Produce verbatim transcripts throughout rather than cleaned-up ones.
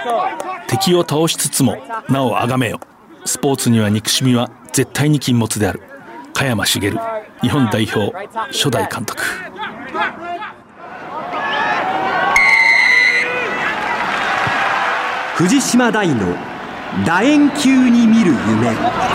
敵を倒しつつもなお崇めよ。スポーツには憎しみは絶対に禁物である。加山茂日本代表初代監督。 藤島大の楕円球に見る夢。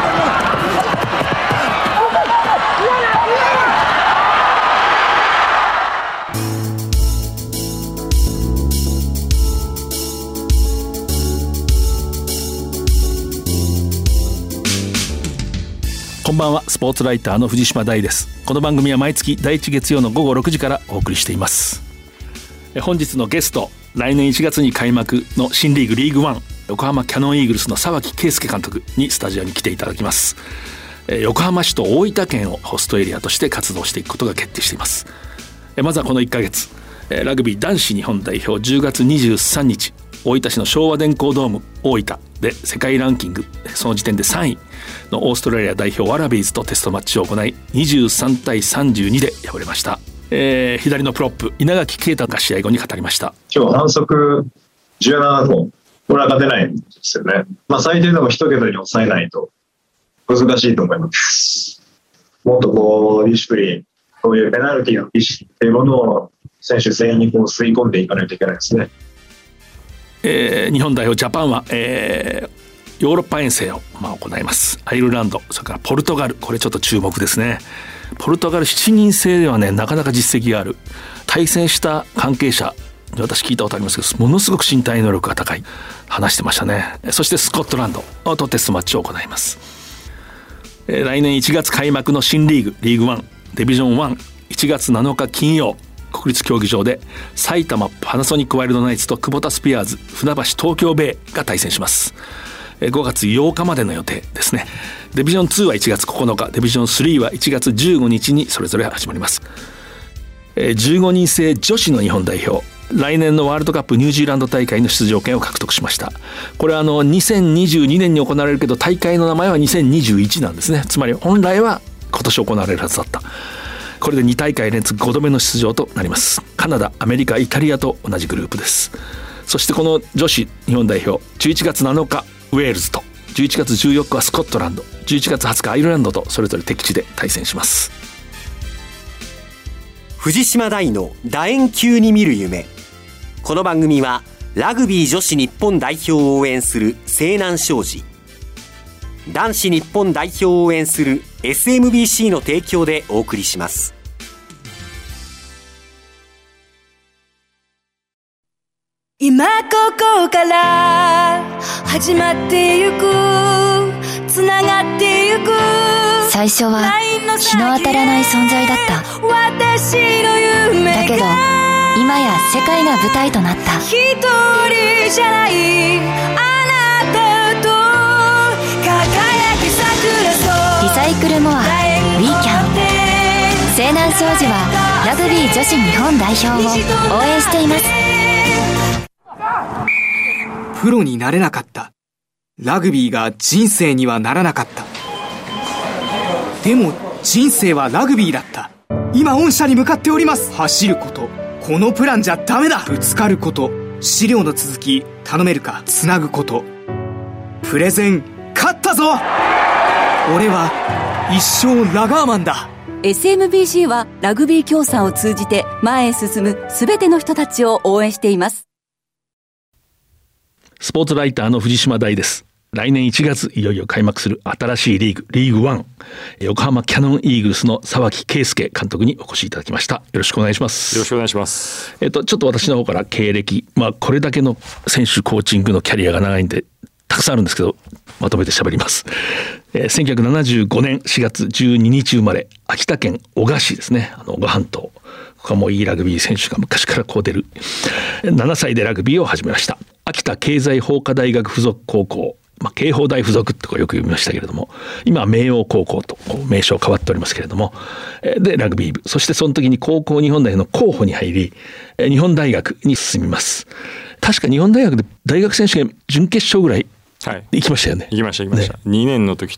こんばんは、スポーツライターの藤島大です。この番組は毎月だいいち月曜のごごろくじからお送りしています。本日のゲスト、来年いちがつに開幕の新リーグリーグワン横浜キヤノンイーグルスの沢木圭介監督にスタジオに来ていただきます。横浜市と大分県をホストエリアとして活動していくことが決定しています。まずはこのいっかげつ、ラグビー男子日本代表じゅうがつにじゅうさんにち大分市の昭和電工ドーム大分で世界ランキングその時点でさんいのオーストラリア代表ワラビーズとテストマッチを行いにじゅうさんたいさんじゅうにで敗れました。えー、左のプロップ稲垣啓太が試合後に語りました。 今日反則じゅうななほん、これは勝てないんですよね。まあ、最低でも一桁に抑えないと難しいと思います。もっとこうディシプリン、こういうペナルティーの意識っていうものを選手全員にこう吸い込んでいかないといけないですね。 えー、日本代表ジャパンは、えー、ヨーロッパ遠征を、まあ、行います。アイルランド、それからポルトガル、これちょっと注目ですね。ポルトガルしちにん制ではね、なかなか実績がある。対戦した関係者、私聞いたことありますけど、ものすごく身体能力が高い話してましたね。そしてスコットランドとテストマッチを行います。えー、来年いちがつ開幕の新リーグリーグワンデビジョンワンいちがつなのか金曜国立競技場で埼玉パナソニックワイルドナイツとクボタスピアーズ船橋東京ベイが対戦します。ごがつようかまでの予定ですね。デビジョンツーはいちがつここのか、デビジョンスリーはいちがつじゅうごにちにそれぞれ始まります。じゅうごにん制女子の日本代表、来年のワールドカップニュージーランド大会の出場権を獲得しました。これはあのにせんにじゅうにねんに行われるけど大会の名前はにせんにじゅういちなんですね。つまり本来は今年行われるはずだった。これでにたいかい連続ごどめの出場となります。カナダ、アメリカ、イタリアと同じグループです。そしてこの女子日本代表、じゅういちがつなのかウェールズと、じゅういちがつじゅうよっかはスコットランド、じゅういちがつはつかアイルランドとそれぞれ敵地で対戦します。 藤島大の楕円球に見る夢。この番組はラグビー女子日本代表を応援する西南商事、男子日本代表を応援する エスエムビーシー の提供でお送りします。 今ここから始まってゆく、つながってゆく。 最初は日の当たらない存在だった。 私の夢がだけど今や世界が舞台となった。 一人じゃないあなたと輝き桜そう。 リサイクルモアウィーキャン。西南商事はラグビー女子日本代表を応援しています。 プロになれなかった。ラグビーが人生にはならなかった。でも人生はラグビーだった。今御社に向かっております。走ること、このプランじゃダメだ。ぶつかること、資料の続き頼めるか。つなぐこと、プレゼン勝ったぞ。俺は一生ラガーマンだ。 エスエムビーシー はラグビー協賛を通じて前へ進むすべての人たちを応援しています。 スポーツライターの藤島大です。来年いちがついよいよ開幕する新しいリーグリーグワン横浜キヤノンイーグルスの沢木圭介監督にお越しいただきました。よろしくお願いします。 よろしくお願いします。 えっとちょっと私の方から経歴、まあこれだけの選手コーチングのキャリアが長いんでたくさんあるんですけどまとめて喋ります。えー、せんきゅうひゃくななじゅうごねんしがつじゅうににち生まれ、秋田県男鹿市ですね。あの男鹿半島、ここはもういいラグビー選手が昔からこう出る。ななさいでラグビーを始めました。秋田経済法科大学附属高校、まあ、慶法大附属ってこれよく読みましたけれども、今は明桜高校とこう名称変わっておりますけれども、でラグビー部、そしてその時に高校日本代表の候補に入り日本大学に進みます。確か日本大学で大学選手権準決勝ぐらい行きましたよね。 行きました行きました、ね、にねんの時と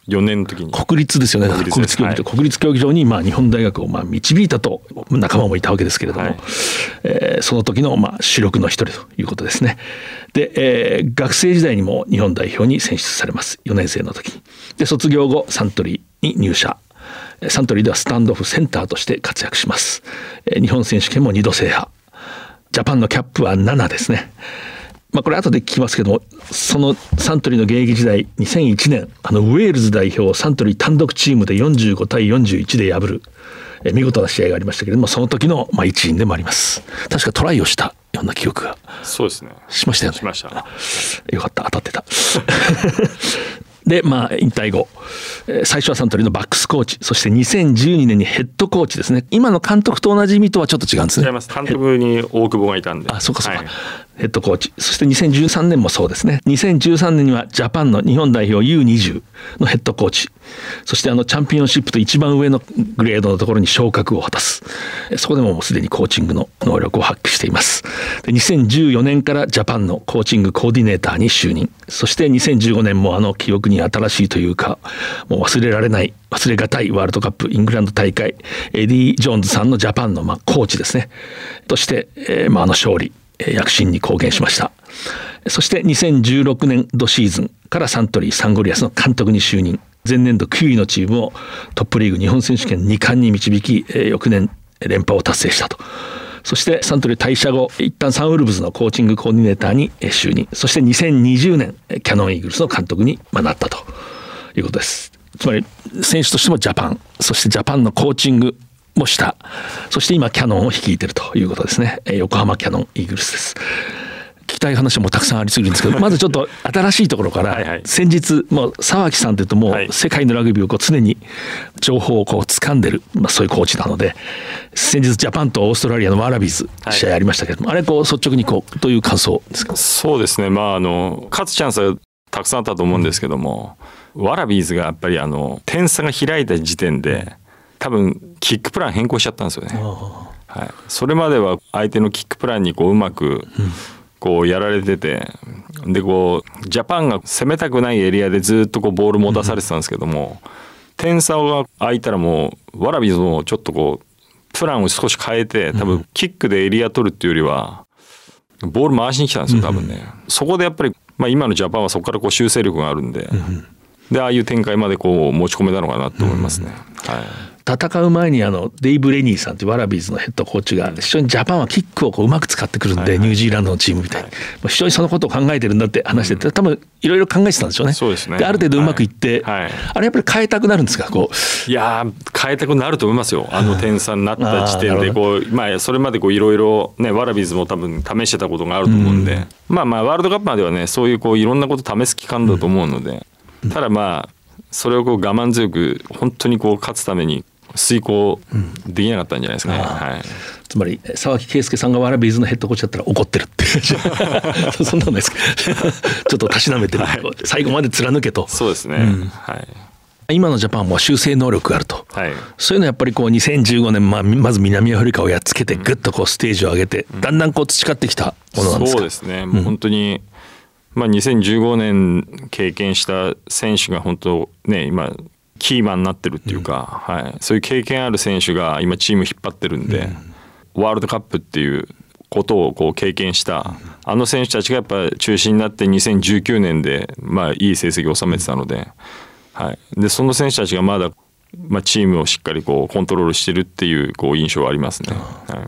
よねんの時に国立ですよね。国立競技場、はい、国立競技場にまあ日本大学をまあ導いたと仲間もいたわけですけれども、はい、えー、その時のまあ主力の一人ということですね。で、えー、学生時代にも日本代表に選出されます。よねん生の時に。で、卒業後サントリーに入社。サントリーではスタンドオフセンターとして活躍します。えー、日本選手権もにど制覇。ジャパンのキャップはななですね。まあ、これ後で聞きますけども、そのサントリーの現役時代にせんいちねん、あのウェールズ代表をサントリー単独チームでよんじゅうごたいよんじゅういちで破るえ見事な試合がありましたけれども、その時のまあ一員でもあります。確かトライをしたような記憶がそうですねしましたよね。 しました。 よかった、当たってたで、まあ引退後、最初はサントリーのバックスコーチ、そしてにせんじゅうにねんにヘッドコーチですね。今の監督と同じ意味とはちょっと違うんですね。 違います。監督に大久保がいたんで。 あ、そうかそうか、はい、ヘッドコーチ、そしてにせんじゅうさんねんもそうですね。にせんじゅうさんねんにはジャパンの日本代表 ユーにじゅう のヘッドコーチ、そしてあのチャンピオンシップと一番上のグレードのところに昇格を果たす。そこでももうすでにコーチングの能力を発揮しています。で、にせんじゅうよねんからジャパンのコーチングコーディネーターに就任。そしてにせんじゅうごねんもあの記憶に新しいというか、もう忘れられない忘れがたいワールドカップイングランド大会、エディ・ジョーンズさんのジャパンのまあコーチですねとして、えー、まああの勝利躍進に貢献しました。そしてにせんじゅうろくねん度シーズンからサントリーサンゴリアスの監督に就任。前年度きゅういのチームをトップリーグ日本選手権に冠に導き、えー、翌年連覇を達成したと。そしてサントリー退社後、一旦サンウルブズのコーチングコーディネーターに就任。そしてにせんにじゅうねんキャノンイーグルスの監督になったということです。つまり選手としてもジャパン、そしてジャパンのコーチングもした。そして今キャノンを率いているということですね。横浜キャノンイーグルスです。聞きたい話もたくさんありすぎるんですけど、まずちょっと新しいところからはい、はい、先日もう沢木さんというともう世界のラグビーをこう常に情報をこう掴んでる、まあ、そういうコーチなので、先日ジャパンとオーストラリアのワラビーズ試合ありましたけれども、はい、あれこう率直にこうどういう感想ですか？ そうですね、まあ、あの勝つチャンスはたくさんあったと思うんですけども、ワラビーズがやっぱりあの点差が開いた時点で多分キックプラン変更しちゃったんですよね。はい、それまでは相手のキックプランにこううまくこうやられてて、でこうジャパンが攻めたくないエリアでずっとこうボール持たされてたんですけども、点差が開いたらもうワラビーズもちょっとこうプランを少し変えて、多分キックでエリア取るっていうよりはボール回しに来たんですよ多分ね。そこでやっぱり、まあ、今のジャパンはそこからこう修正力があるんで、でああいう展開までこう持ち込めたのかなと思いますね。はい、 戦う前にあのデイブ・レニーさんというワラビーズのヘッドコーチが非常にジャパンはキックをこううまく使ってくるんで、はいはい、ニュージーランドのチームみたいに、はい、非常にそのことを考えてるんだって話してて、多分いろいろ考えてたんでしょうね。 そうですね。 である程度うまくいって、はいはい、あれやっぱり変えたくなるんですか？こういや変えたくなると思いますよ。あの点差になった時点でこう、まあ、それまでいろいろワラビーズも多分試してたことがあると思うんで、うん、まあまあワールドカップまではねそういうこういろんなこと試す期間だと思うので、うん、ただまあそれをこう我慢強く本当にこう勝つために遂行できなかったんじゃないですかね。うん、はい、 つまり沢木圭介さんがワラビーズのヘッドコーチだったら怒ってるってそんなのですか？ちょっとたしなめてる、はい、最後まで貫けと。 そうですね。うん、はい、 今のジャパンも修正能力があると、はい、そういうのはやっぱりこうにせんじゅうごねん、まあ、まず南アフリカをやっつけてぐっとこうステージを上げて、うん、だんだんこう培ってきたものなんですか？ そうですね。もう本当に、うん、まあ、にせんじゅうごねん経験した選手が本当ね今キーマンになってるっていうか、うん、はい、そういう経験ある選手が今チーム引っ張ってるんで、うん、ワールドカップっていうことをこう経験したあの選手たちがやっぱ中心になってにせんじゅうきゅうねんでまあいい成績を収めてたので、はい、でその選手たちがまだまあチームをしっかりこうコントロールしてるっていうこう印象はありますね。はい、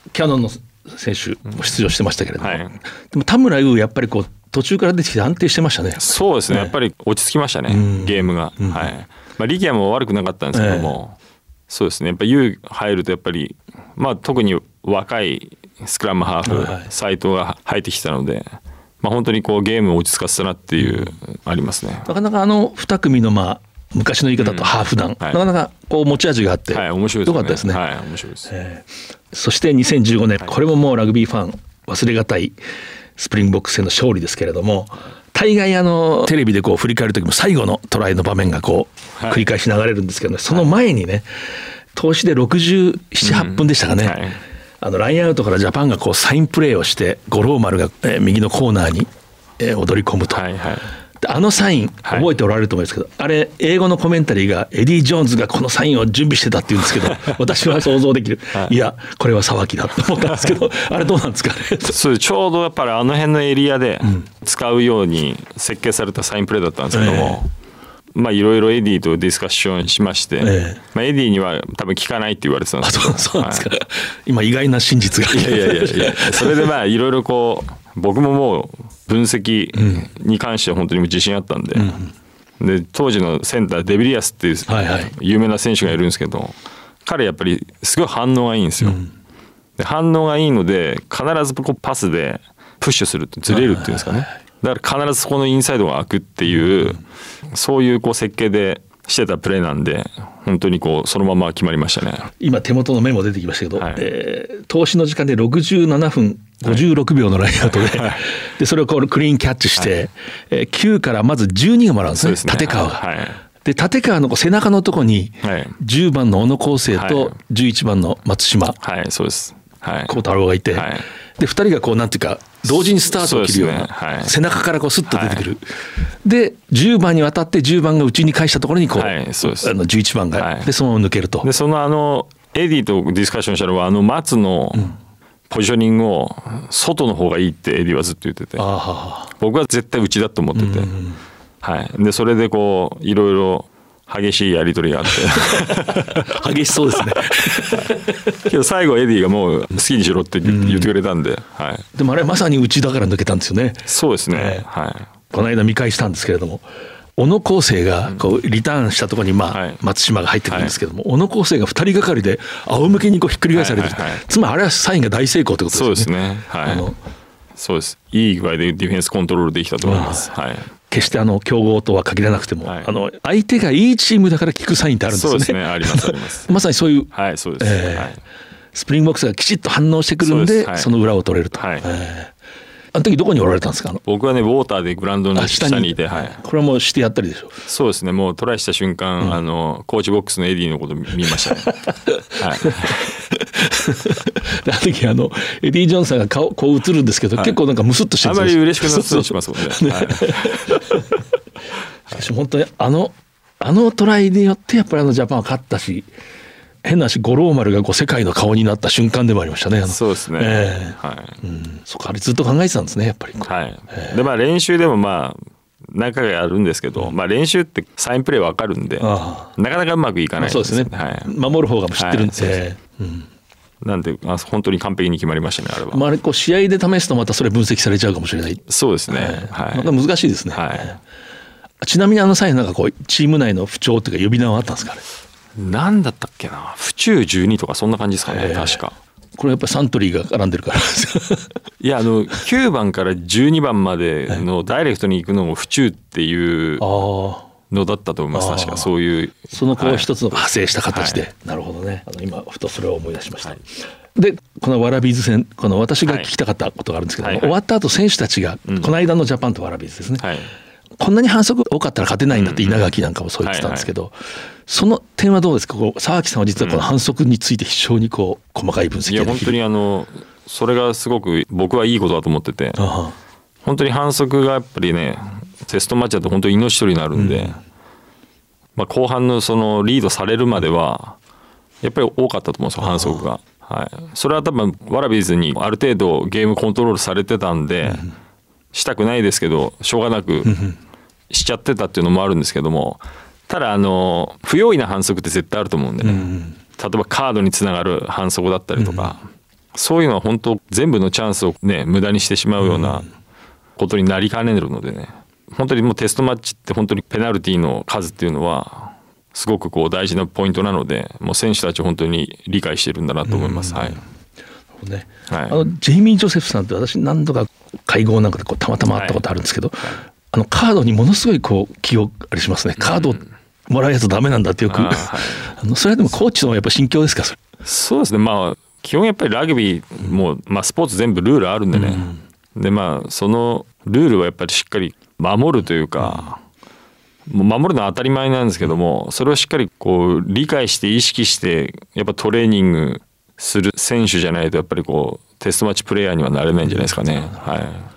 キャノンの選手も出場してましたけれども、はい、でも田村優やっぱりこう途中から出てきて安定してましたね。 そうですね、はい、やっぱり落ち着きましたね、うん、ゲームが、うん、はい、まあ、力也も悪くなかったんですけども、えー、そうですね、やっぱり優入るとやっぱり、まあ、特に若いスクラムハーフ斉藤が入ってきたので、まあ、本当にこうゲームを落ち着かせたなっていう、うん、ありますね。 なかなかあのに組のまあ昔の言い方だとハーフ団、うん、はい、なかなかこう持ち味があって、はい、面白いですね。良かったですね。 はい、面白いです、 えー、そしてにせんじゅうごねん、はい、これももうラグビーファン忘れがたいスプリングボックス戦の勝利ですけれども、大概あのテレビでこう振り返る時も最後のトライの場面がこう繰り返し流れるんですけどね、はい、その前にね投資でろくじゅうなな、はっぷんでしたかね、うん、はい、あのラインアウトからジャパンがこうサインプレーをして五郎丸が、えー、右のコーナーに、えー、踊り込むと、はいはい、 あのサイン覚えておられると思うんですけど、はい、あれ英語のコメンタリーがエディ・ジョーンズがこのサインを準備してたって言うんですけど私は想像できる、はい、いやこれは沢木だと思ったんですけどあれどうなんですかね。 そうちょうどやっぱりあの辺のエリアで使うように設計されたサインプレーだったんですけども、えー、まあいろいろエディとディスカッションしまして、えーまあ、エディには多分聞かないって言われてたんですけど。 あ、そうなんですか、はい、今意外な真実がいやいやいやいやそれでまあいろいろこう僕ももう分析に関しては本当に自信あったんで、うん、で当時のセンターデビリアスっていう有名な選手がいるんですけど、はいはい、彼やっぱりすごい反応がいいんですよ、うん、で反応がいいので必ずこうパスでプッシュするとずれるっていうんですかね、だから必ずそこのインサイドが開くっていう、うん、そういうこう設計でしてたプレーなんで本当にこうそのまま決まりましたね。 今手元のメモ出てきましたけど、はい、えー、投資の時間でろくじゅうななふんごじゅうろくびょうのラインアウトで、はい、でそれをこうクリーンキャッチして、はい、えー、きゅうからまずじゅうにがもらうんですね、ですね立川が、はい、で立川の背中のところにじゅうばんの小野康生とじゅういちばんの松島幸太郎がいて、はい、でふたりがこうなんていうか同時にスタートを切るような、ね、はい、背中からこうスッと出てくる、はい、でじゅうばんに渡ってじゅうばんが内に返したところにこう、はい、そうです、あのじゅういちばんが、はい、でそのまま抜けると。 でそのあのエディとディスカッションしたのはあの松のポジショニングを外の方がいいってエディはずっと言ってて、あ、僕は絶対内だと思ってて、うん、はい、でそれでこういろいろ激しいやり取りがあって激しそうですねけど最後エディがもう好きにしろって言ってくれたんで、うん、はい、 でもあれまさに内だから抜けたんですよね。 そうですね、 えーはい、 この間見返したんですけれども、小野康生がこうリターンしたところにまあ松島が入ってくるんですけども、小野康生がふたりがかりで仰向けにこうひっくり返されてる、はいはいはい、つまりあれはサインが大成功ということですね。 そうですね、はい、あのそうです、いい具合でディフェンスコントロールできたと思います、はい、 決してあの強豪とは限らなくても、はい、あの相手がいいチームだから効くサインってあるんですよね。 そうですね、ありますありますまさにそういう、 はい、そうです、 えーはい、 スプリングボックスがきちっと反応してくるん で, そ, で、はい、その裏を取れると、はい、えーあの時どこにおられたんですか？ 僕はねウォーターでグラウンドの下にいて、はい、これはもうしてやったりでしょ。 そうですね、もうトライした瞬間、うん、あのコーチボックスのエディのこと見ましたねはいあの時あのエディ・ジョーンズさんが顔こう映るんですけど、はい、結構なんかムスッとしてるんですよ。 あまり嬉しくなさそうしますもんねはい、 しかし本当にあのあのトライによってやっぱりあのジャパンは勝ったし、変な話五郎丸がこう世界の顔になった瞬間でもありましたね。あのそうですね、えーはい、 うん、そこあれずっと考えてたんですねやっぱり、 はい、えー、でまあ練習でもまあ何回かやるんですけど、うん、まあ練習ってサインプレー分かるんでなかなかうまくいかないんです、ね、 そうですね、はい、守る方が知ってるんで、はい、うん、 なんであ本当に完璧に決まりましたねあれは。 まあ、あれこう試合で試すとまたそれ分析されちゃうかもしれない。 そうですね、はい、 また難しいですね、はい、ちなみにあの際なんかこうチーム内の不調というか呼び名はあったんですかね？ なんだったっけな、府中じゅうにとかそんな感じですかね、確か。 これやっぱりサントリーが絡んでるからいやあのきゅうばんからじゅうにばんまでのダイレクトに行くのも府中っていうのだったと思います。確かそういうそのこう一つの派生した形で、はい、なるほどね。あの今ふとそれを思い出しました、はい、でこのワラビーズ戦、この私が聞きたかったことがあるんですけども、はいはいはい、終わった後選手たちが、うん、この間のジャパンとワラビーズですね、はい、こんなに反則多かったら勝てないんだって稲垣なんかもそう言ってたんですけど、うんうんはいはい、その点はどうですか？こう沢木さんは実はこの反則について非常にこう細かい分析ができる。 いや本当にあのそれがすごく僕はいいことだと思ってて、本当に反則がやっぱりねテストマッチだと本当に命取りになるんで、うん、まあ、後半のそのリードされるまではやっぱり多かったと思うんですよ反則が、はい、それは多分ワラビーズにある程度ゲームコントロールされてたんで、うん、したくないですけどしょうがなくしちゃってたっていうのもあるんですけども、ただあの不用意な反則って絶対あると思うんでね、うん、例えばカードにつながる反則だったりとか、うん、そういうのは本当全部のチャンスをね無駄にしてしまうようなことになりかねるのでね、本当にもうテストマッチって本当にペナルティの数っていうのはすごくこう大事なポイントなので、もう選手たち本当に理解してるんだなと思います、うん、はいね、はい、あのジェイミー・ジョセフさんって私何度か会合なんかでこうたまたま会ったことあるんですけど、はいはい、あのカードにものすごいこう気をあれしますね。カードもらうやつダメなんだってよく、うん、あ、はい、あのそれはでもコーチのやっぱ心境ですか？それそうですね、まあ基本やっぱりラグビーも、まあ、スポーツ全部ルールあるんでね、うん、でまあそのルールはやっぱりしっかり守るというか、うん、もう守るのは当たり前なんですけども、それをしっかりこう理解して意識してやっぱトレーニングする選手じゃないとやっぱりこうテストマッチプレーヤーにはなれないんじゃないですかね、はい、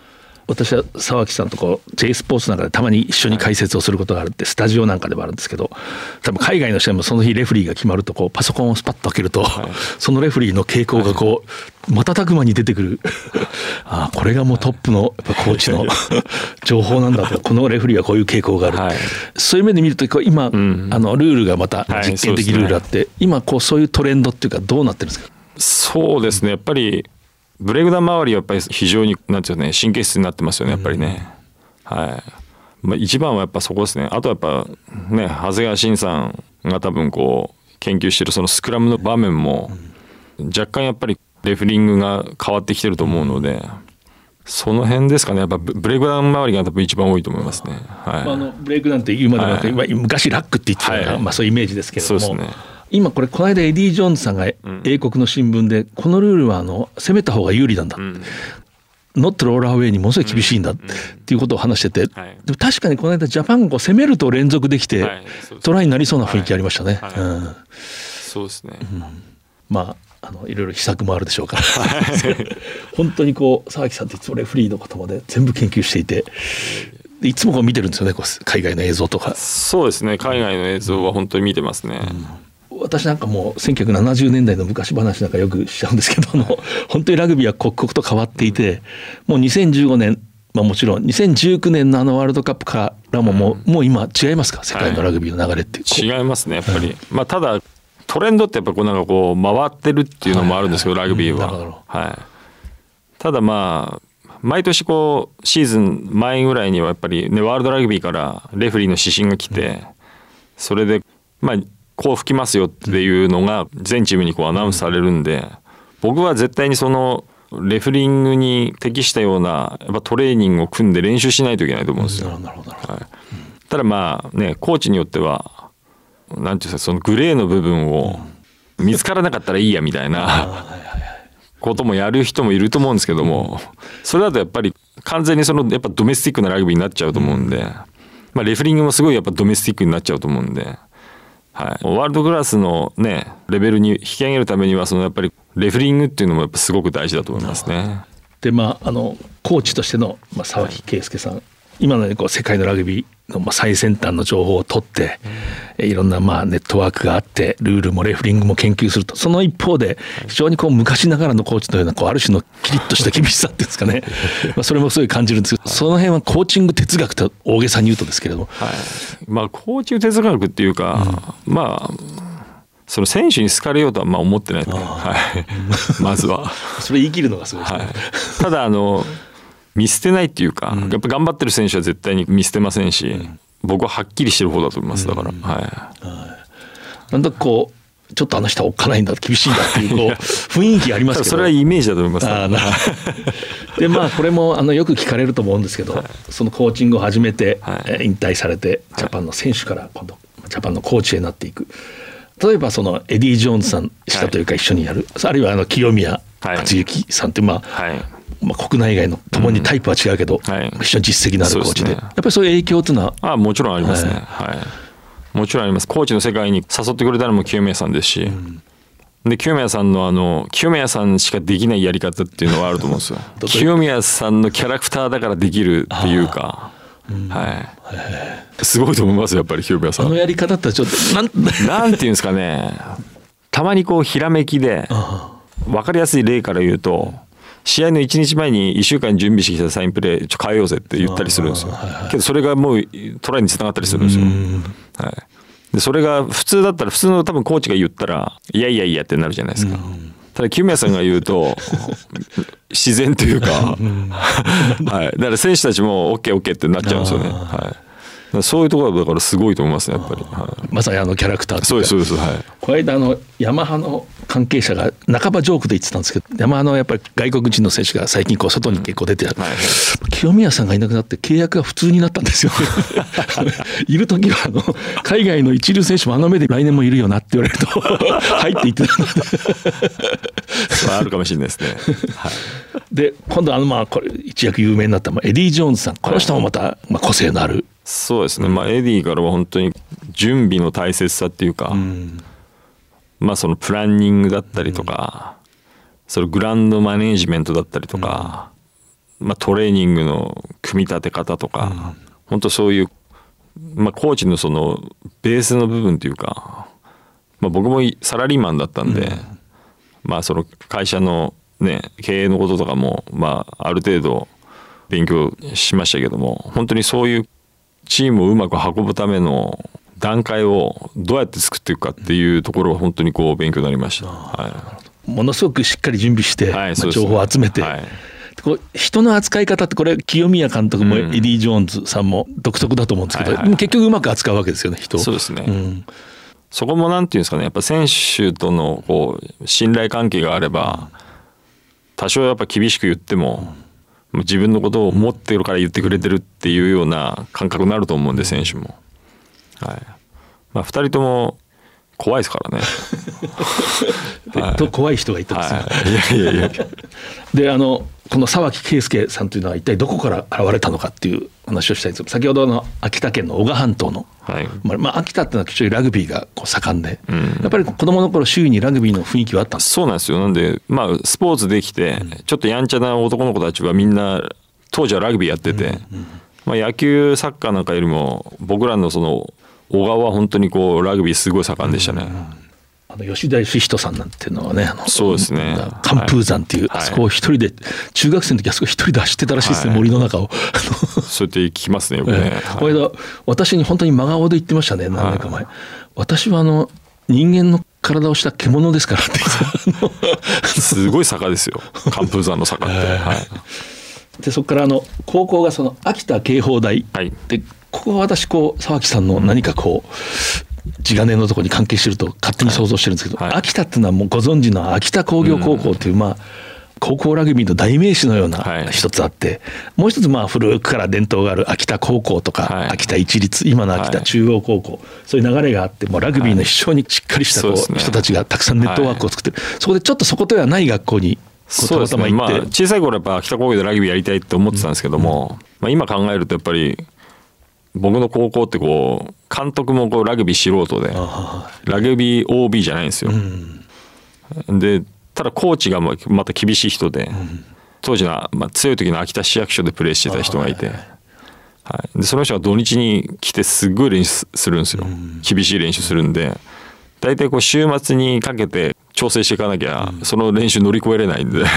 私は沢木さんとこう J スポーツなんかでたまに一緒に解説をすることがあるって、スタジオなんかでもあるんですけど、多分海外の試合もその日レフェリーが決まるとこうパソコンをスパッと開けると、はい、そのレフェリーの傾向がこう瞬く間に出てくるああこれがもうトップのやっぱコーチの情報なんだと、このレフェリーはこういう傾向がある、はい、そういう目で見るとこう今、うん、あのルールがまた実験的ルールあって、はいね、今こうそういうトレンドっていうかどうなってるんですか？ そうですね、やっぱりブレイクダウン周りはやっぱり非常になんていうね、神経質になってますよねやっぱりね、うん、はい、まあ、一番はやっぱそこですね。あとはやっぱね、長谷川慎さんが多分こう研究してるそのスクラムの場面も若干やっぱりレフェリングが変わってきてると思うので、その辺ですかね。やっぱブレイクダウン周りが多分一番多いと思いますね、はい、 あのブレイクダウンって言うまでもなく、はい、昔ラックって言ってたような、はい、まあ、そういうイメージですけれども、そうですね、今これこの間エディ・ジョーンズさんが英国の新聞で、このルールはあの攻めた方が有利なんだ、うん、ノットローラーウェイにものすごい厳しいんだっていうことを話してて、でも確かにこの間ジャパンがこう攻めると連続できてトライになりそうな雰囲気ありましたね。 そうですね、 うん、まああのいろいろ秘策もあるでしょうから本当にこう沢木さんっていつもレフリーのことまで全部研究していて、いつもこう見てるんですよね、こう海外の映像とか。 そうですね、海外の映像は本当に見てますね、 うん、私なんかもうせんきゅうひゃくななじゅうねんだいの昔話なんかよくしちゃうんですけど、あの本当にラグビーは刻々と変わっていて、もうにせんじゅうごねん、まあ、もちろんにせんじゅうきゅうねんのあのワールドカップからももう、うん、もう今違いますか、世界のラグビーの流れって、 はい、違いますねやっぱり、うん、まあ、ただトレンドってやっぱこうなんかこう回ってるっていうのもあるんですけど、はいはいはい、ラグビーは、うん、はい、ただまあ毎年こうシーズン前ぐらいにはやっぱりね、ワールドラグビーからレフェリーの指針が来て、うん、それでまあこう吹きますよっていうのが全チームにこうアナウンスされるんで、僕は絶対にそのレフェリングに適したようなやっぱトレーニングを組んで練習しないといけないと思うんですよ。なるほど、はい、ただまあね、コーチによってはなんていうか、そのグレーの部分を見つからなかったらいいやみたいなこともやる人もいると思うんですけども、それだとやっぱり完全にそのやっぱドメスティックなラグビーになっちゃうと思うんで、まあレフェリングもすごいやっぱドメスティックになっちゃうと思うんで、はい、ワールドクラスのねレベルに引き上げるためにはそのやっぱりレフェリングっていうのもやっぱすごく大事だと思いますね。 でまああのコーチとしての、まあ、沢木圭介さん、はい、今のようにこう世界のラグビーのまあ最先端の情報を取って、うん、いろんなまあネットワークがあってルールもレフェリングも研究すると、その一方で非常にこう昔ながらのコーチのようなこうある種のキリッとした厳しさっていうんですかねまあそれもすごい感じるんですけど、その辺はコーチング哲学と大げさに言うとですけれども、 はい、まあコーチング哲学っていうか、うん、まあその選手に好かれようとはまあ思ってないですね、はい、まずはそれ言い切るのがすごいですね、はい、 ただあの見捨てないっていうか、うん、やっぱ頑張ってる選手は絶対に見捨てませんし、うん、僕ははっきりしてる方だと思います。だから、うん、はい、はい、 なんだかこうちょっとあの人はおっかないんだ、厳しいんだっていうこう雰囲気ありますけど、 それはイメージだと思います。 あでまあこれもあのよく聞かれると思うんですけど、はい、そのコーチングを始めて、はい、引退されてジャパンの選手から今度ジャパンのコーチになっていく。例えばそのエディ・ジョーンズさん下というか一緒にやる、はい、あるいはあの清宮克幸さんってまあ、はい、まあ、国内外のともにタイプは違うけど、うん、はい、非常に実績のあるコーチで、ね、やっぱりそういう影響というのはあもちろんありますね、はいはい、もちろんあります。コーチの世界に誘ってくれたのも清宮さんですし、うん、で清宮さんのあの清宮さんしかできないやり方っていうのはあると思うんですよ清宮さんのキャラクターだからできるっていうか、うん、はい、すごいと思いますよやっぱり清宮さん。 あのやり方ってちょっとなんなんていうんですかね、たまにこうひらめきで分かりやすい例から言うと、試合のいちにちまえにいっしゅうかん準備してきたサインプレーちょっと変えようぜって言ったりするんですよ、はいはい、けどそれがもうトライにつながったりするんですよ、はい、でそれが普通だったら普通の多分コーチが言ったらいやいやいやってなるじゃないですか。ただ清宮さんが言うと自然というか、はい、だから選手たちも オーケーオーケー ってなっちゃうんですよね、はい、そういうところだからすごいと思いますねやっぱり、はい、 まさにあのキャラクターというか。 そうですそうです、はい、 この間あのヤマハの関係者が半ばジョークで言ってたんですけど、ヤマハのやっぱり外国人の選手が最近こう外に結構出てる、うん、はい、清宮さんがいなくなって契約が普通になったんですよいる時はあの海外の一流選手もあの目で来年もいるよなって言われると入っていってたのでそれあるかもしれないですね、はい、 で今度あのまあこれ一躍有名になったエディ・ジョーンズさん、この人もまたまあ個性のある、 そうですね、まあ、エディからは本当に準備の大切さっていうか、うん、まあそのプランニングだったりとか、うん、そのグランドマネージメントだったりとか、 まあ、トレーニングの組み立て方とか、うん、本当そういう、まあ、コーチのそのベースの部分というか、まあ、僕もサラリーマンだったんで、うん、まあその会社のね経営のこととかもまあある程度勉強しましたけども、本当にそういうチームをうまく運ぶための段階をどうやって作っていくかっていうところは本当にこう勉強になりました。はい、 ものすごくしっかり準備して、はい、まあ、情報を集めて、はい、こう人の扱い方ってこれ清宮監督もエディ・ジョーンズさんも独特だと思うんですけど、うん、結局うまく扱うわけですよね、人を。 そうですね、うん、そこもなんていうんですかね、やっぱ選手とのこう信頼関係があれば多少やっぱ厳しく言っても自分のことを思ってるから言ってくれてるっていうような感覚になると思うんで、選手も、はい、まあ、ふたりとも怖いですからねはい、と怖い人がいたんですよ、 はい、いやいやいやで、あのこの沢木圭介さんというのは一体どこから現れたのかっていう話をしたいんですけど、先ほどの秋田県の男鹿半島の、はい、まあまあ、秋田っていうのは非常にラグビーがこう盛んで、うん、やっぱり子供の頃周囲にラグビーの雰囲気はあったんですか？ そうなんですよ。なんで、まあ、スポーツできて、うん、ちょっとやんちゃな男の子たちはみんな当時はラグビーやってて、うんうん、まあ、野球サッカーなんかよりも僕らのその小川は本当にこうラグビーすごい盛んでしたね、うんうん、 あの吉田義人さんなんていうのはね、あのそうですね、 寒風山っていう、はい、あそこを一人で、中学生の時あそこ一人で走ってたらしいですね、はい、森の中をそうやって聞きますねよくね、 えー、この間私に本当に真顔で言ってましたね、何年か前、はい、私はあの人間の体をした獣ですからってすごい坂ですよ、寒風山の坂って、えー、はい、 でそこからあの高校がその秋田警報大、はい、でここは私こう沢木さんの何かこう地金のところに関係してると勝手に想像してるんですけど、はいはい、秋田っていうのはもうご存知の秋田工業高校という、まあ高校ラグビーの代名詞のような一つあって、はい、もう一つまあ古くから伝統がある秋田高校とか、はい、秋田一律、今の秋田中央高校、はい、そういう流れがあって、もうラグビーの非常にしっかりしたこう、はい、人たちがたくさんネットワークを作ってる、はい、そこでちょっとそことはない学校にそうですね、まあ、小さい頃やっぱ秋田工業でラグビーやりたいって思ってたんですけども、うん、まあ、今考えるとやっぱり僕の高校ってこう監督もこうラグビー素人でラグビー オービー じゃないんですよ、うん、でただコーチがまた厳しい人で、うん、当時のまあ強い時の秋田市役所でプレーしてた人がいて、はいはい、でその人が土日に来てすっごい練習するんですよ、うん、厳しい練習するんで、大体こう週末にかけて調整していかなきゃ、うん、その練習乗り越えれないんで、はい、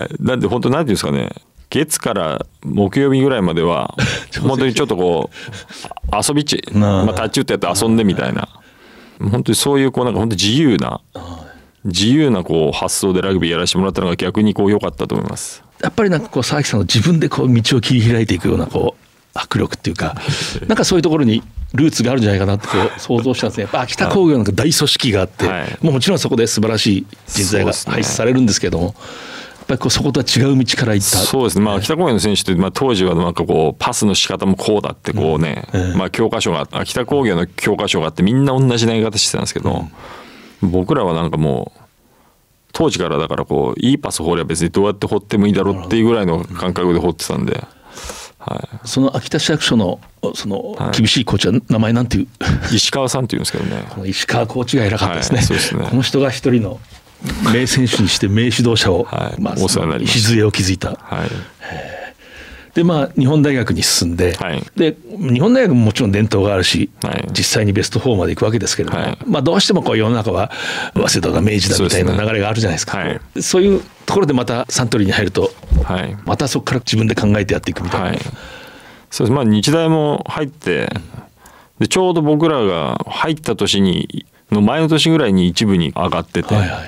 なんで本当なんていうんですかね、月から木曜日ぐらいまでは本当にちょっとこう遊びち、まあ、タッチ打ってやって遊んでみたいな、本当にそういうこうなんか本当自由な自由なこう発想でラグビーやらせてもらったのが逆にこう良かったと思います。 やっぱりなんかこう沢木さんの自分でこう道を切り開いていくようなこう迫力っていうかなんかそういうところにルーツがあるんじゃないかなってこう想像したんですね。やっぱ秋田工業なんか大組織があって、はい、もうもちろんそこで素晴らしい人材が輩出されるんですけども、やっぱりこうそことは違う道から行った。 そうですね、まあ、秋田工業の選手って、まあ、当時はなんかこうパスの仕方もこうだってこうね、うんえーまあ、教科書が秋田工業の教科書があってみんな同じ投げ方してたんですけど、うん、僕らはなんかもう当時からだからこういいパス放れば別にどうやって放ってもいいだろうっていうぐらいの感覚で放ってたんで、 はい、その秋田市役所のその厳しいコーチは名前なんていう、 はい、石川さんっていうんですけどね。 この石川コーチが偉かったですね、 はい、そうですね。 この人が一人の名選手にして名指導者を、はいまあ、お世話になります。礎を築いた、はい、でまあ日本大学に進んで、はい、で日本大学ももちろん伝統があるし、はい、実際にベストフォーまで行くわけですけれども、はい、まあ、どうしてもこう世の中は早稲田が明治だみたいな流れがあるじゃないですか。 そうですね、はい、そういうところでまたサントリーに入ると、はい、またそこから自分で考えてやっていくみたいな、はい、 そうです。まあ、日大も入ってでちょうど僕らが入った年にの前の年ぐらいに一部に上がってて、はいはい、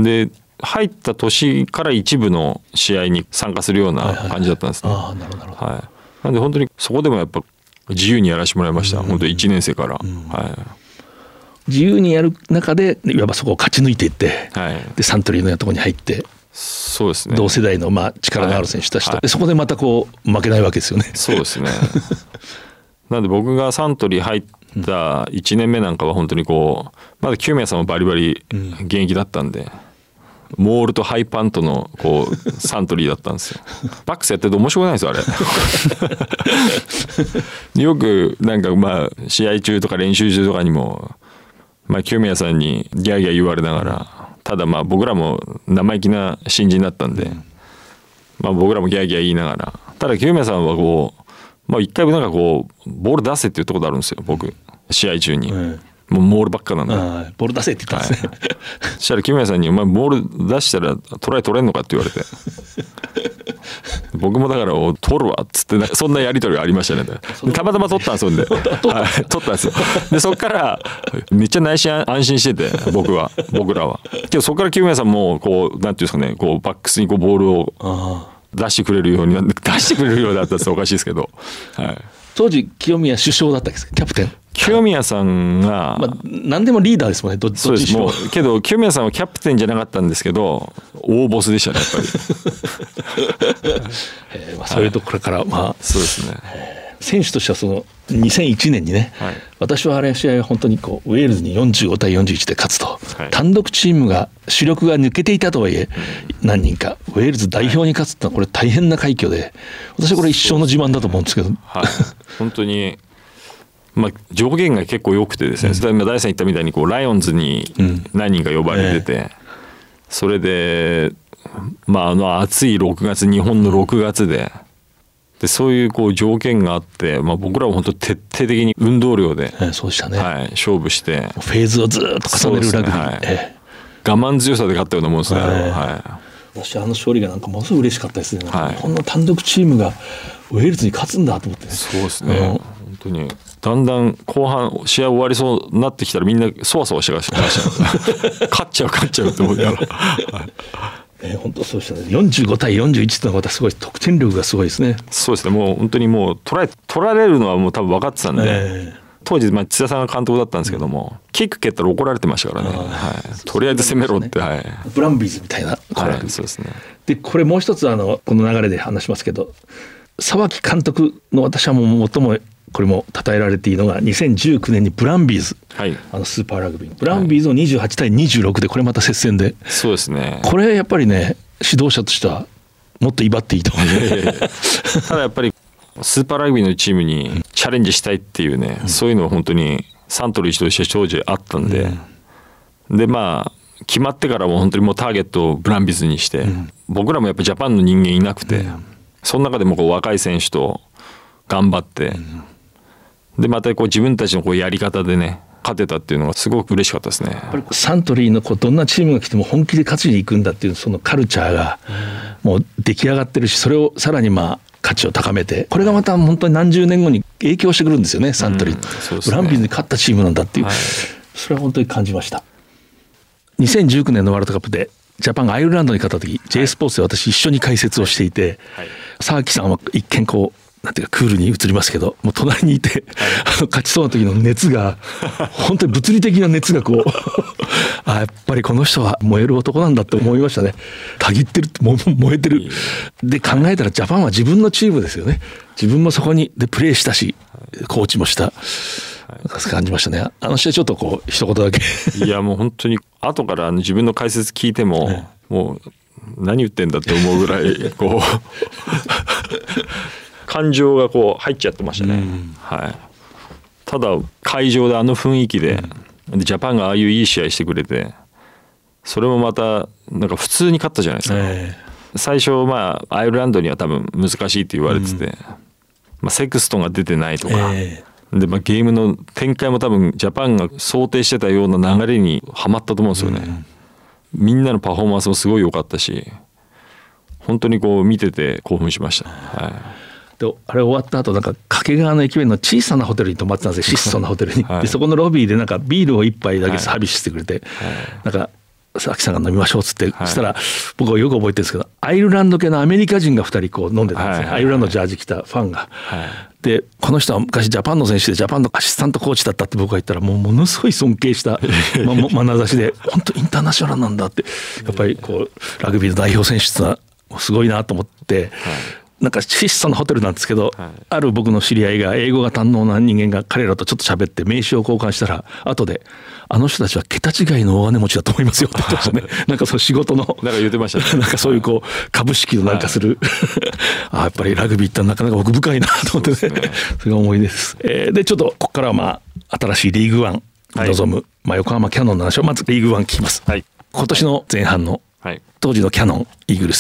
で入った年から一部の試合に参加するような感じだったんですね。 ああ、なるほど。 はい。なんで本当にそこでもやっぱ自由にやらせてもらいました。うん、本当にいちねん生から、うんはい。 自由にやる中でいわばそこを勝ち抜いていって、はい、でサントリーのようなところに入って、 そうですね。 同世代のまあ力のある選手たちと、はい、でそこでまたこう負けないわけですよね。 そうですね。なんで僕がサントリー入ったいちねんめなんかは本当にこうまだ清宮さんもバリバリ現役だったんで。うんモールとハイパントのこうサントリーだったんですよ。バックスやってると面白くないですよあれ。よくなんかまあ試合中とか練習中とかにもまあ清宮さんにギャーギャー言われながら、ただまあ僕らも生意気な新人だったんで、 まあ、僕らもギャーギャー言いながら、ただ清宮さんはこう、まあ、一回もなんかこうボール出せって言ったことあるんですよ僕試合中に、うん、もうモールばっかなんで、 ボール出せって言ったんですね、はい、 そしたら清宮さんに「お前ボール出したらトライ取れんのか?」って言われて僕もだから「取るわ」っつってそんなやり取りがありましたね。たまたま取ったんですよんで、はい、取ったんですよ。でそっからめっちゃ内心安心してて僕は僕らはけどそっから清宮さんもこうなんていうんですかね、こうバックスにこうボールを出してくれるようになって出してくれるようだったらおかしいですけど、はい、 当時清宮首相だったんですか、キャプテン。 清宮さんが、 まあ、何でもリーダーですもんね。どっちそうですもうけど清宮さんはキャプテンじゃなかったんですけど大ボスでしたねやっぱり、 えーまあ、そういうところから、はい、まあそうですね、 えー、選手としてはそのにせんいちねんにね、はい、私はあれ試合は本当にこうウェールズによんじゅうごたいよんじゅういちで勝つと、はい、単独チームが主力が抜けていたとはいえ、うん、何人かウェールズ代表に勝つってのはこれ大変な快挙で、私はこれ一生の自慢だと思うんですけど、 はい、本当にまあ、条件が結構良くてですね、うん、今大さん言ったみたいにこうライオンズに何人か呼ばれてて、うんえー、それで、まあ、あの暑いろくがつ日本のろくがつで、でそういうこう条件があって、まあ、僕らは本当徹底的に運動量で、 えー、そうでしたね、 はい、勝負してフェーズをずっと重ねるラグビー、 はいえー、我慢強さで勝ったようなもんですね、えーはい、 私あの勝利がなんかものすごい嬉しかったですね、はい、こんな単独チームがウェールズに勝つんだと思って、ね、 そうですね、うん、本当にだんだん後半試合終わりそうになってきたらみんなそわそわしてました勝っちゃう勝っちゃうって思いながら、はいえー、本当そうでしたね。よんじゅうごたいよんじゅういちってのはまたすごい得点力がすごいですね。 そうですね、もう本当にもうトライ取られるのはもう多分分かってたんで、えー、当時まあ津田さんが監督だったんですけども、うん、キック蹴ったら怒られてましたからね、はい、とりあえず攻めろって、はい、 ブランビーズみたいな、 はい、そうですね。 でこれもう一つあのこの流れで話しますけど、沢木監督の私はもう最もこれも称えられていいのがにせんじゅうきゅうねんにブランビーズ、はい、あのスーパーラグビーブランビーズをにじゅうはちたいにじゅうろくでこれまた接戦で、 そうですね、 これやっぱりね指導者としてはもっと威張っていいと思うただやっぱりスーパーラグビーのチームにチャレンジしたいっていうね、うん、そういうのは本当にサントリーとして当時あったんで、うん、でまあ決まってからも本当にもうターゲットをブランビーズにして、うん、僕らもやっぱジャパンの人間いなくて、うん、その中でもこう若い選手と頑張って、うんでまたこう自分たちのこうやり方でね勝てたっていうのがすごく嬉しかったですね。 やっぱりサントリーのこうどんなチームが来ても本気で勝ちに行くんだっていうそのカルチャーがもう出来上がってるし、それをさらにまあ価値を高めて、これがまた本当に何十年後に影響してくるんですよね、サントリー、うんそうですね、ブランビーズに勝ったチームなんだっていう、はい、それは本当に感じました。にせんじゅうきゅうねんのワールドカップでジャパンがアイルランドに勝った時、はい、J スポーツで私一緒に解説をしていて、はい、沢木さんは一見こうなんていうかクールに映りますけど、もう隣にいて、はい、あの勝ちそうな時の熱が本当に物理的な熱がこうあやっぱりこの人は燃える男なんだって思いましたね。たぎってる、燃えてる。で考えたらジャパンは自分のチームですよね。自分もそこにでプレーしたし、コーチもした、感じましたね。あの試合ちょっとこう一言だけいやもう本当に後から自分の解説聞いても、ね、もう何言ってんだって思うぐらいこう感情がこう入っちゃってましたね、うんはい、ただ会場であの雰囲気で、うん、ジャパンがああいういい試合してくれて、それもまたなんか普通に勝ったじゃないですか、えー、最初まあアイルランドには多分難しいって言われてて、うんまあ、セクストンが出てないとか、えー、でまあゲームの展開も多分ジャパンが想定してたような流れにはまったと思うんですよね、うん、みんなのパフォーマンスもすごい良かったし、本当にこう見てて興奮しました、はいであれ終わった後なんか掛川の駅弁の小さなホテルに泊まってたんですよ、質素なホテルに、はい、でそこのロビーでなんかビールを一杯だけサービスしてくれて、はい、なんか佐々木さんが飲みましょうっつって、はい、そしたら僕はよく覚えてるんですけど、アイルランド系のアメリカ人がふたりこう飲んでたんですね、はい、アイルランドジャージ着たファンが、はい、でこの人は昔ジャパンの選手でジャパンのアシスタントコーチだったって僕が言ったら、もうものすごい尊敬したま眼差しで本当インターナショナルなんだって、やっぱりこうラグビーの代表選手ってのはすごいなと思って、はいなんか質素なホテルなんですけど、はい、ある僕の知り合いが英語が堪能な人間が彼らとちょっと喋って名刺を交換したら、後であの人たちは桁違いの大金持ちだと思いますよって言ってましたねなんかその仕事のなんか言ってましたねなんかそういうこう株式をなんかする、はい、あやっぱりラグビーってなかなか奥深いなと思ってね、 そ, ねそれが思い出です、えー、でちょっとここからはまあ新しいリーグワンに臨む、はいまあ、横浜キャノンの話をまずリーグワン聞きます、はい、今年の前半の当時のキャノンイーグルス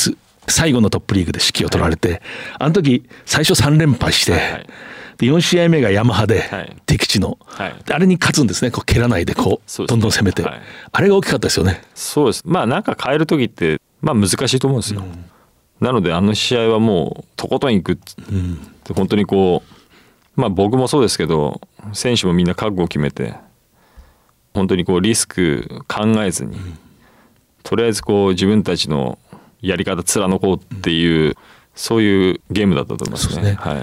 最後のトップリーグで指揮を取られて、はい、あの時最初さん連敗して、はいはい、でよん試合目がヤマハで、はい、敵地の、はい、あれに勝つんですね。こう蹴らないでこうどんどん攻めて、はい、あれが大きかったですよね。 そうです。まあなんか変える時ってまあ難しいと思うんですよ、うん、なのであの試合はもうとことんいくって、うん、本当にこうまあ僕もそうですけど選手もみんな覚悟を決めて本当にこうリスク考えずに、うん、とりあえずこう自分たちのやり方貫こうっていう、うん、そういうゲームだったと思いますね。そうですね、はい、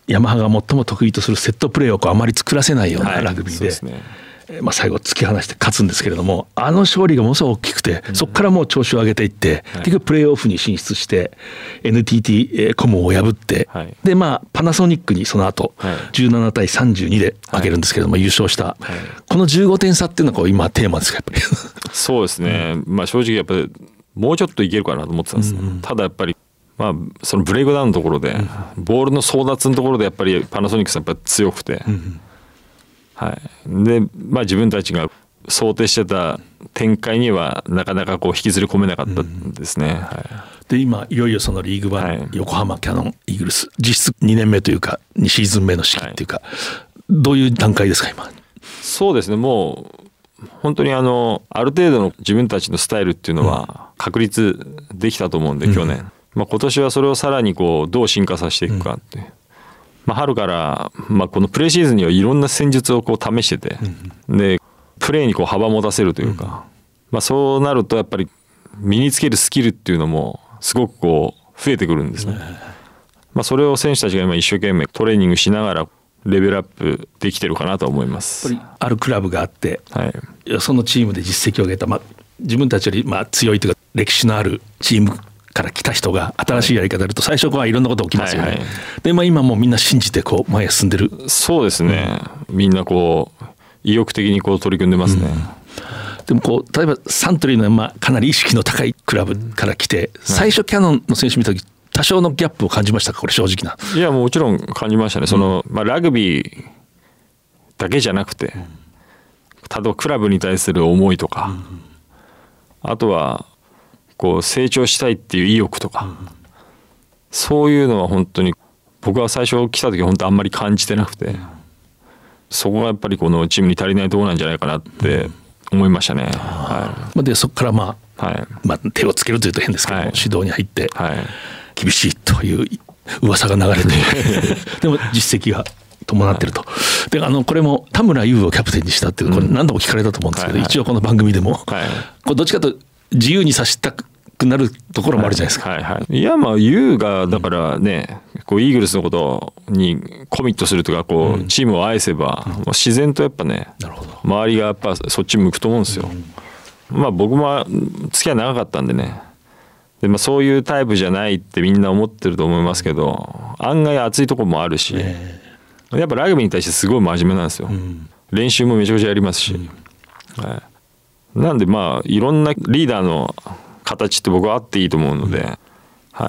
ヤマハが最も得意とするセットプレーをこうあまり作らせないようなラグビーで、はい、そうですね。まあ、最後突き放して勝つんですけれども、あの勝利がものすごく大きくて、そこからもう調子を上げていって、うん、結局プレーオフに進出して エヌティーティー コムを破って、はい、でまあパナソニックにその後じゅうななたいさんじゅうにで負けるんですけれども、はい、優勝した、はい、このじゅうごてん差っていうのがこう今テーマですかやっぱり。 そうですね、うん、まあ正直やっぱりもうちょっといけるかなと思ってたんです、ね、うん、ただやっぱりまあそのブレイクダウンのところで、うん、ボールの争奪のところでやっぱりパナソニックさんやっぱ強くて、うん、はい、で、まあ、自分たちが想定してた展開にはなかなかこう引きずり込めなかったんですね、うん、はい、 で今いよいよそのリーグワン、はい、横浜キヤノンイーグルス実質にねんめというかにシーズン目の式っていうか、はい、どういう段階ですか今。 そうですね、もう本当にあのある程度の自分たちのスタイルっていうのは確立できたと思うんで、うん、去年、まあ、今年はそれをさらにこうどう進化させていくかって、うん、まあ、春から、まあ、このプレーシーズンにはいろんな戦術をこう試してて、うん、でプレーにこう幅を持たせるというか、うん、まあ、そうなるとやっぱり身につけるスキルっていうのもすごくこう増えてくるんですね、うん、まあ、それを選手たちが今一生懸命トレーニングしながらレベルアップできてるかなと思います。 やっぱりあるクラブがあって、はい、そのチームで実績を上げた、まあ、自分たちよりまあ強いというか歴史のあるチームから来た人が新しいやり方やると最初はいろんなこと起きますよね、はいはい、で、まあ、今もうみんな信じてこう前へ進んでる。 そうですね、うん、みんなこう意欲的にこう取り組んでますね、 うん、でもこう例えばサントリーのまあかなり意識の高いクラブから来て、うん、最初キヤノンの選手見た時多少のギャップを感じましたかこれ正直な。 いやもちろん感じましたね、その、まあ、ラグビーだけじゃなくて、うん、例えばクラブに対する思いとか、うん、あとはこう成長したいっていう意欲とか、うん、そういうのは本当に僕は最初来た時本当あんまり感じてなくて、うん、そこがやっぱりこのチームに足りないところなんじゃないかなって思いましたね、うん、はい、 でそこからまあ、はい、まあ、手をつけるというと変ですけども、はい、指導に入って、はい、厳しいという噂が流れてでも実績が伴ってると、はい、であのこれも田村優をキャプテンにしたっていうこれ何度も聞かれたと思うんですけど、うん、一応この番組でも、はい、これどっちかと自由にさせたくなるところもあるじゃないですか、 はいはいはい、いやまあ優がだからね、うん、こうイーグルスのことにコミットするとかこう、うん、チームを愛せば、うん、自然とやっぱね、なるほど、周りがやっぱそっち向くと思うんですよ、うん、まあ僕も付き合い長かったんでね、で、まあ、そういうタイプじゃないってみんな思ってると思いますけど、案外熱いところもあるし、えー、やっぱラグビーに対してすごい真面目なんですよ、うん、練習もめちゃくちゃやりますし、うん、はい、なんでまあいろんなリーダーの形って僕はあっていいと思うので、うん、はい、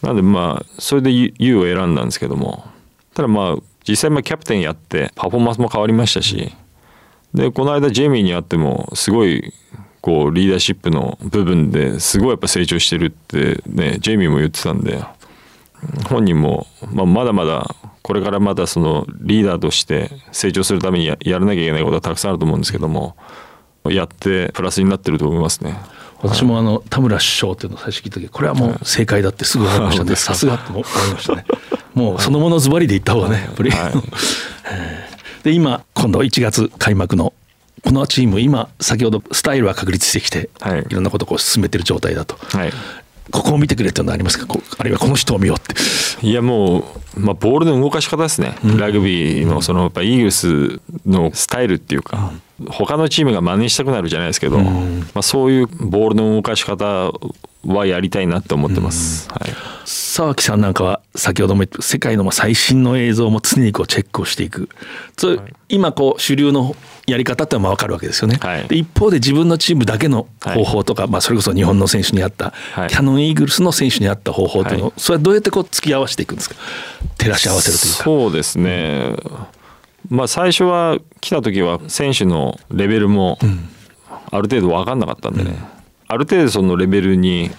なんでまあそれで ユー を選んだんですけども、ただまあ実際まあキャプテンやってパフォーマンスも変わりましたし、でこの間ジェイミーに会ってもすごいこうリーダーシップの部分ですごいやっぱ成長してるってねジェイミーも言ってたんで、本人もまあまだまだこれからまだそのリーダーとして成長するために や, やらなきゃいけないことはたくさんあると思うんですけども、やってプラスになってると思いますね。 私もあの田村首相っていうのを最初聞いた時これはもう正解だってすぐ思いましたね。さすがって思いましたね。もうそのものズバリで言った方がね、やっぱり、はい、で今今度いちがつ開幕のこのチーム今先ほどスタイルは確立してきて、はい、いろんなことをこう進めてる状態だと、はい、ここを見てくれっていうのはありますか、こうあるいはこの人を見ようって。 いやもう、まあ、ボールの動かし方ですね、うん、ラグビーのそのやっぱイーグルスのスタイルっていうか、うん、他のチームが真似したくなるじゃないですけど、うん、まあ、そういうボールの動かし方はやりたいなって思ってます、うん、はい、 沢木さんなんかは先ほども言った世界の最新の映像も常にこうチェックをしていく、それ、はい、今こう主流のやり方ってのは分かるわけですよね、はい、で一方で自分のチームだけの方法とか、はい、まあ、それこそ日本の選手に合った、はい、キヤノンイーグルスの選手に合った方法というのを、はい、それはどうやってこう付き合わせていくんですか、照らし合わせるというか。 そうですね、うん、まあ、最初は来た時は選手のレベルもある程度分かんなかったんでね、うん、ある程度そのレベルに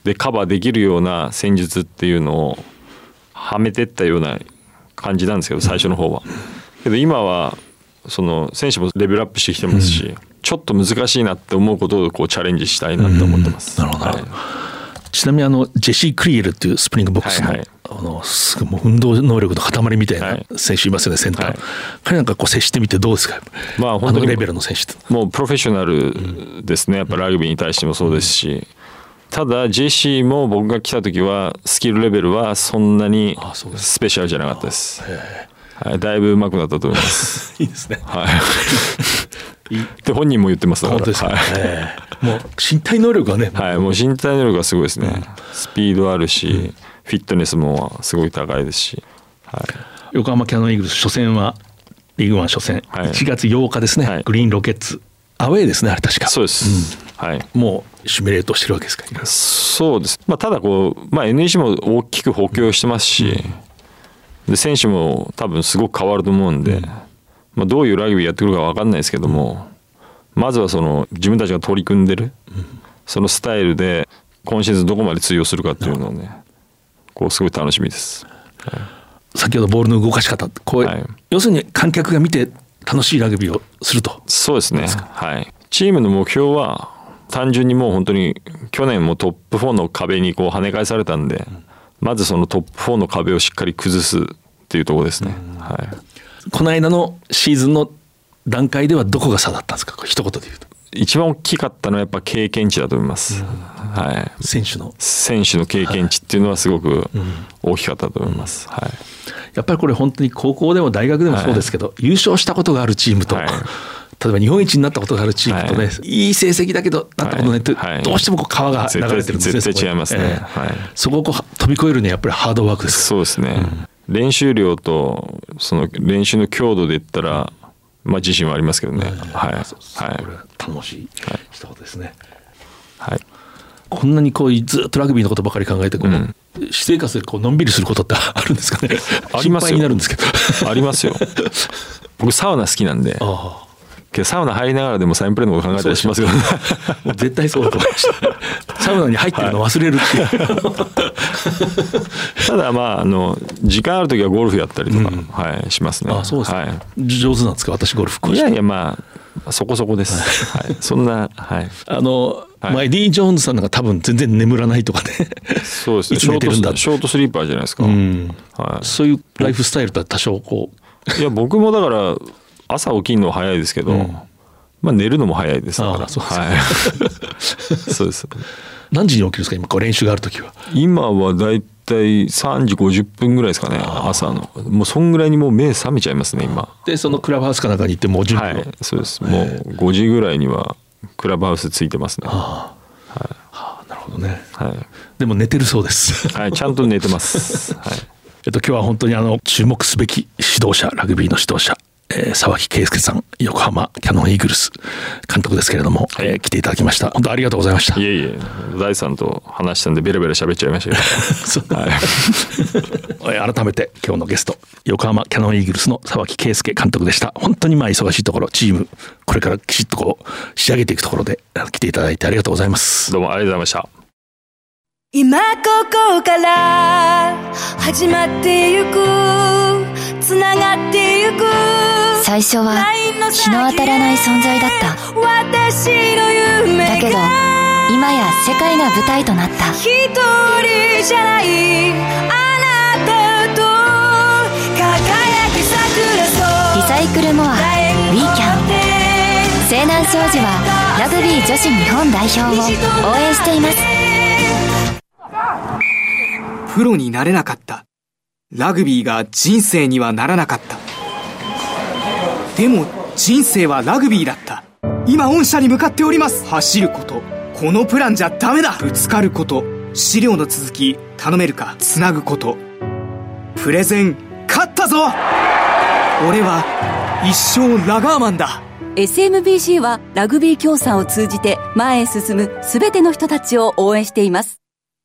でカバーできるような戦術っていうのをはめてったような感じなんですけど、最初の方は。けど今はその選手もレベルアップしてきてますし、うん、ちょっと難しいなって思うことをこうチャレンジしたいなと思ってます。 うん、なるほど、はい、ちなみにあのジェシー・クリエルっていうスプリングボックスの、はいはい、あのすぐもう運動能力の塊みたいな選手いますよね、センター、はい、彼なんかこう接してみてどうですか。まあ、本当にあのレベルの選手ってもうプロフェッショナルですね、やっぱラグビーに対してもそうですし、うん、ただジェシーも僕が来た時はスキルレベルはそんなにスペシャルじゃなかったです。はい、だいぶ上手くなったと思います。 いいですね。 はい。で本人も言ってます。 本当ですか。はい、もう身体能力がね。 はい、もう身体能力がすごいですね。うん、スピードあるし、うん、フィットネスもすごい高いですし。はい、 横浜キヤノンイーグルス初戦はリーグワン初戦、はい、いちがつようかですね。はい、グリーンロケッツアウェーですね、あれ確か。 そうです。うん、はい。 もうシミュレートしてるわけですか。 そうです。まあただこうまあ エヌイーシー も大きく補強してますし。うんで選手も多分すごく変わると思うんで、うんまあ、どういうラグビーやってくるか分かんないですけども、うん、まずはその自分たちが取り組んでる、うん、そのスタイルで今シーズンどこまで通用するかっていうのをね、こうすごい楽しみです。はい、 先ほどボールの動かし方こう、はい、要するに観客が見て楽しいラグビーをすると。 そうですね。はい。チームの目標は単純にもう本当に去年もトップフォーの壁にこう跳ね返されたんで。うんまずそのトップフォーの壁をしっかり崩すっていうところですね。はい、 この間のシーズンの段階ではどこが差だったんですか、一言で言うと。 一番大きかったのはやっぱ経験値だと思います。はい、 選手の選手の経験値っていうのはすごく大きかったと思います。はい、 やっぱりこれ本当に高校でも大学でもそうですけど、はい、優勝したことがあるチームと、はい例えば日本一になったことがあるチームとね、はい、いい成績だけどなったことないって、はい、どうしてもこう川が流れてるんですね。 絶対違いますね。えーはい、 そこをこう飛び越えるにはやっぱりハードワークです。 そうですね。うん、練習量とその練習の強度で言ったら、まあ自信はありますけどね。うん、はい。はい。 これは頼もしい一言ですね。 はい。 こんなにこうずっとラグビーのことばかり考えてこの、うん、私生活でこうのんびりすることってあるんですかね。 ありますよ。 心配になるんですけど。 ありますよ。僕サウナ好きなんで。ああけどサウナ入りながらでもサインプレーのこと考えたりしますよね。 絶対そうだと思いました。サウナに入ってるの忘れるっていう、はい、 ただまああの時間ある時はゴルフやったりとか、うんはい、しますね。 あそうですか、はい、上手なんですか。私ゴルフいやいやまあそこそこです、はいはい、そんな、はい、 あの、はい、前ディー・ジョーンズさんなんか多分全然眠らないとかね。 そうですね。ショート、ショートスリーパーじゃないですか、うんはい、そういうライフスタイルとは多少こういや僕もだから朝起きるのは早いですけど、うん、まあ寝るのも早いですから。ああそうです、はい、そうです。 何時に起きるんですか今こう練習があるときは。 今はだいたいさんじごじゅっぷんぐらいですかね。朝のもうそんぐらいにもう目覚めちゃいますね今。 でそのクラブハウスかなんかに行ってもう準備を、 はい、そうです。もうごじぐらいにはクラブハウスついてますね。はあはいはあ、なるほどね、 はい、 でも寝てるそうです。 はいちゃんと寝てます、はいえっと、今日は本当にあの注目すべき指導者ラグビーの指導者えー、沢木圭介さん横浜キヤノンイーグルス監督ですけれども、えー、来ていただきました。本当ありがとうございました。 いえいえ大さんと話したんでベラベラ喋っちゃいましたけど、はい、改めて今日のゲスト横浜キヤノンイーグルスの沢木圭介監督でした。本当にまあ忙しいところチームこれからきちっとこう仕上げていくところで来ていただいてありがとうございます。 どうもありがとうございました。 今ここから始まってゆくつながってゆく最初は日の当たらない存在だった。 私の夢だけど今や世界が舞台となった。 一人じゃないあなたと輝き桜そうリサイクルモアウィーキャン西南商事はラグビー女子日本代表を応援しています。 プロになれなかった。ラグビーが人生にはならなかった。でも人生はラグビーだった。今御社に向かっております。走ること、このプランじゃダメだ。ぶつかること、資料の続き頼めるか。つなぐこと、プレゼン勝ったぞ。俺は一生ラガーマンだ。 エスエムビーシー はラグビー協賛を通じて前へ進むすべての人たちを応援しています。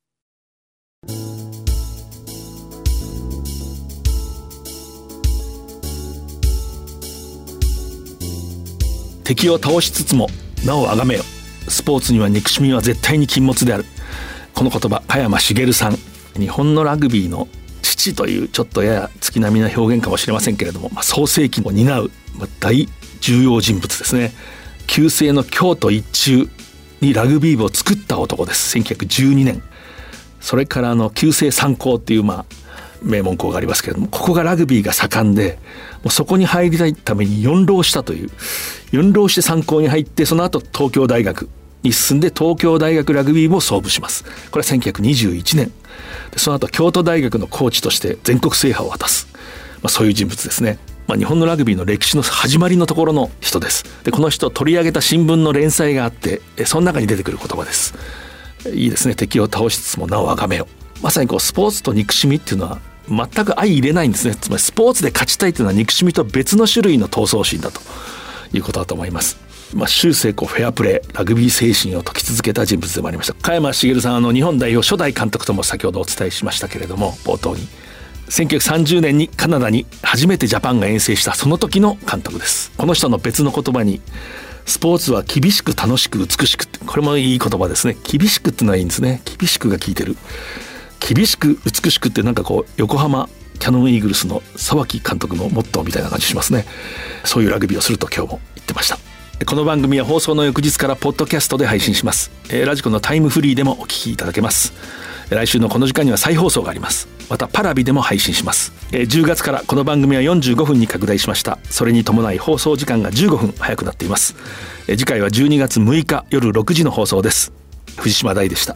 敵を倒しつつもなお崇めよ。スポーツには憎しみは絶対に禁物である。 この言葉、加山茂さん、日本のラグビーの父というちょっとやや月並みな表現かもしれませんけれども、まあ、創世期を担う、まあ、大重要人物ですね。旧制の京都一中にラグビー部を作った男です。せんきゅうひゃくじゅうにねん。それからあの旧制三高っていうまあ名門校がありますけれども、ここがラグビーが盛んで、もうそこに入りたいために四浪したという、四浪して三高に入って、その後東京大学に進んで東京大学ラグビー部を創部します。これはせんきゅうひゃくにじゅういちねんで、その後京都大学のコーチとして全国制覇を果たす、まあ、そういう人物ですね。まあ、日本のラグビーの歴史の始まりのところの人です。でこの人を取り上げた新聞の連載があって、その中に出てくる言葉です。いいですね。敵を倒しつつもなお崇めよ。まさにこうスポーツと憎しみっていうのは全く相入れないんですね。つまりスポーツで勝ちたいというのは憎しみと別の種類の闘争心だということだと思います。まあ、終生こうフェアプレー、ラグビー精神を説き続けた人物でもありました。加山茂さん、あの日本代表初代監督とも先ほどお伝えしましたけれども、冒頭にせんきゅうひゃくさんじゅうねんにカナダに初めてジャパンが遠征したその時の監督です。この人の別の言葉に、スポーツは厳しく楽しく美しくって、これもいい言葉ですね。厳しくってのはいいんですね。厳しくが効いてる。厳しく美しくって、なんかこう横浜キヤノンイーグルスの沢木監督のモットーみたいな感じしますね。そういうラグビーをすると今日も言ってました。この番組は放送の翌日からポッドキャストで配信します。ラジコのタイムフリーでもお聞きいただけます。来週のこの時間には再放送があります。またパラビでも配信します。じゅうがつからこの番組はよんじゅうごふんに拡大しました。それに伴い放送時間がじゅうごふん早くなっています。次回はじゅうにがつむいか夜ろくじの放送です。藤島大でした。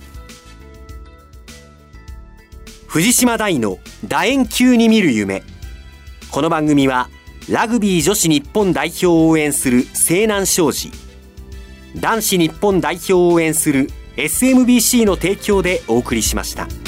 藤島大の楕円球に見る夢。この番組はラグビー女子日本代表を応援する西南商事、男子日本代表を応援する エスエムビーシー の提供でお送りしました。